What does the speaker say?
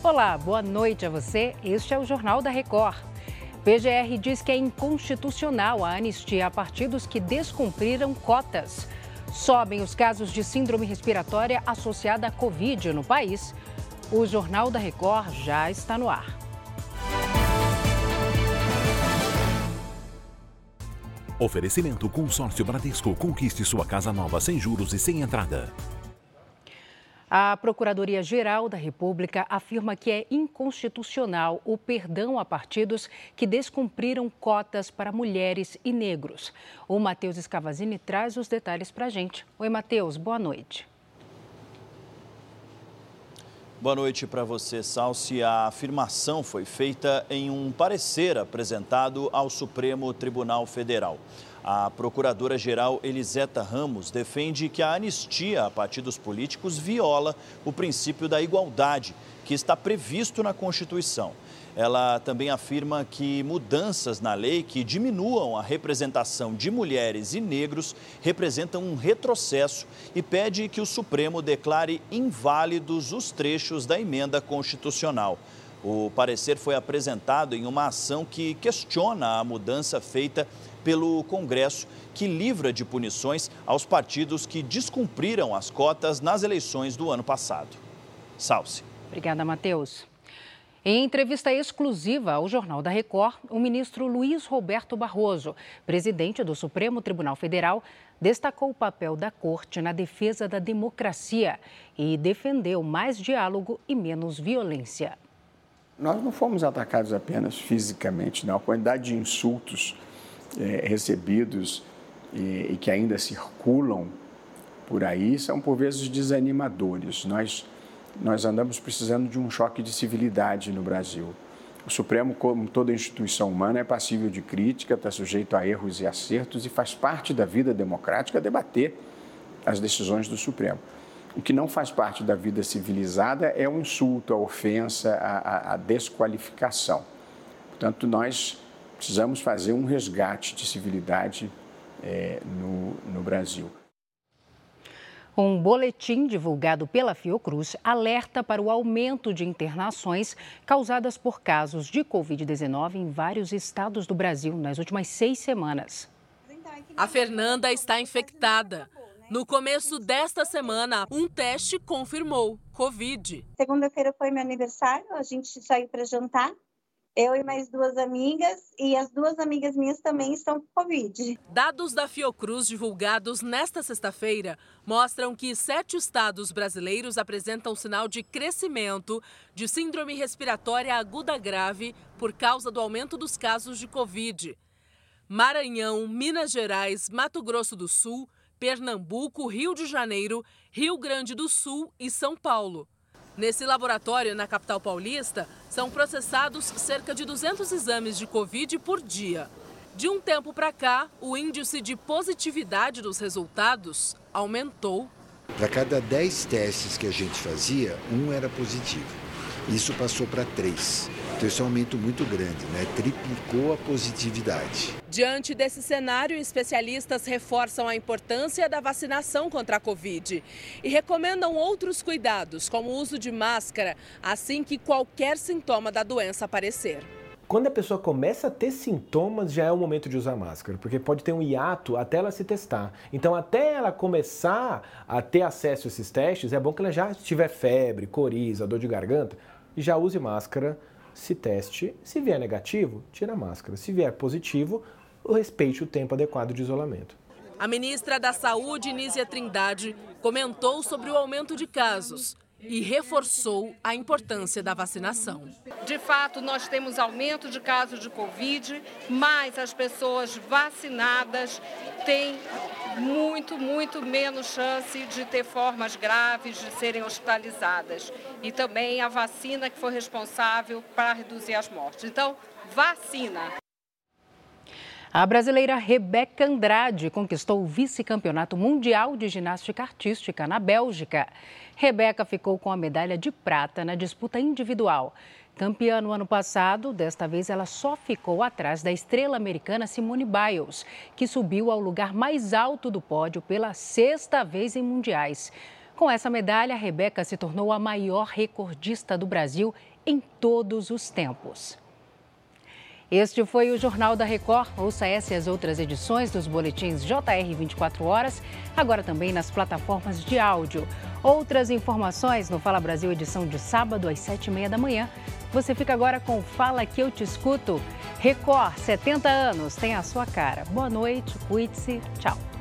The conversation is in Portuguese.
Olá, boa noite a você. Este é o Jornal da Record. PGR diz que é inconstitucional a anistia a partidos que descumpriram cotas. Sobem os casos de síndrome respiratória associada à Covid no país. O Jornal da Record já está no ar. Oferecimento Consórcio Bradesco. Conquiste sua casa nova sem juros e sem entrada. A Procuradoria-Geral da República afirma que é inconstitucional o perdão a partidos que descumpriram cotas para mulheres e negros. O Matheus Escavazini traz os detalhes para a gente. Oi, Matheus, boa noite. Boa noite para você, Salsi. A afirmação foi feita em um parecer apresentado ao Supremo Tribunal Federal. A procuradora-geral Eliseta Ramos defende que a anistia a partidos políticos viola o princípio da igualdade, que está previsto na Constituição. Ela também afirma que mudanças na lei que diminuam a representação de mulheres e negros representam um retrocesso e pede que o Supremo declare inválidos os trechos da emenda constitucional. O parecer foi apresentado em uma ação que questiona a mudança feita pelo Congresso, que livra de punições aos partidos que descumpriram as cotas nas eleições do ano passado. Salsi. Obrigada, Matheus. Em entrevista exclusiva ao Jornal da Record, o ministro Luiz Roberto Barroso, presidente do Supremo Tribunal Federal, destacou o papel da Corte na defesa da democracia e defendeu mais diálogo e menos violência. Nós não fomos atacados apenas fisicamente, não. A quantidade de insultos recebidos e que ainda circulam por aí são, por vezes, desanimadores. Nós andamos precisando de um choque de civilidade no Brasil. O Supremo, como toda instituição humana, é passível de crítica, está sujeito a erros e acertos e faz parte da vida democrática debater as decisões do Supremo. O que não faz parte da vida civilizada é o insulto, a ofensa, a desqualificação. Portanto, nós precisamos fazer um resgate de civilidade no Brasil. Um boletim divulgado pela Fiocruz alerta para o aumento de internações causadas por casos de Covid-19 em vários estados do Brasil nas últimas 6 semanas. A Fernanda está infectada. No começo desta semana, um teste confirmou Covid. Segunda-feira foi meu aniversário, a gente saiu para jantar. Eu e mais 2 amigas, e as 2 amigas minhas também estão com Covid. Dados da Fiocruz divulgados nesta sexta-feira mostram que 7 estados brasileiros apresentam sinal de crescimento de síndrome respiratória aguda grave por causa do aumento dos casos de Covid. Maranhão, Minas Gerais, Mato Grosso do Sul, Pernambuco, Rio de Janeiro, Rio Grande do Sul e São Paulo. Nesse laboratório, na capital paulista, são processados cerca de 200 exames de Covid por dia. De um tempo para cá, o índice de positividade dos resultados aumentou. Para cada 10 testes que a gente fazia, 1 era positivo. Isso passou para 3. Então, isso é um aumento muito grande, né? Triplicou a positividade. Diante desse cenário, especialistas reforçam a importância da vacinação contra a Covid e recomendam outros cuidados, como o uso de máscara, assim que qualquer sintoma da doença aparecer. Quando a pessoa começa a ter sintomas, já é o momento de usar máscara, porque pode ter um hiato até ela se testar. Então, até ela começar a ter acesso a esses testes, é bom que ela já tiver febre, coriza, dor de garganta, e já use máscara, se teste. Se vier negativo, tira a máscara. Se vier positivo, respeite o tempo adequado de isolamento. A ministra da Saúde, Nízia Trindade, comentou sobre o aumento de casos e reforçou a importância da vacinação. De fato, nós temos aumento de casos de Covid, mas as pessoas vacinadas têm muito menos chance de ter formas graves, de serem hospitalizadas. E também a vacina que foi responsável para reduzir as mortes. Então, vacina. A brasileira Rebeca Andrade conquistou o vice-campeonato mundial de ginástica artística na Bélgica. Rebeca ficou com a medalha de prata na disputa individual. Campeã no ano passado, desta vez ela só ficou atrás da estrela americana Simone Biles, que subiu ao lugar mais alto do pódio pela 6ª vez em mundiais. Com essa medalha, a Rebeca se tornou a maior recordista do Brasil em todos os tempos. Este foi o Jornal da Record. Ouça essa e as outras edições dos boletins JR 24 horas, agora também nas plataformas de áudio. Outras informações no Fala Brasil, edição de sábado às 7h30 da manhã. Você fica agora com Fala Que Eu Te Escuto. Record, 70 anos, tem a sua cara. Boa noite, cuide-se, tchau.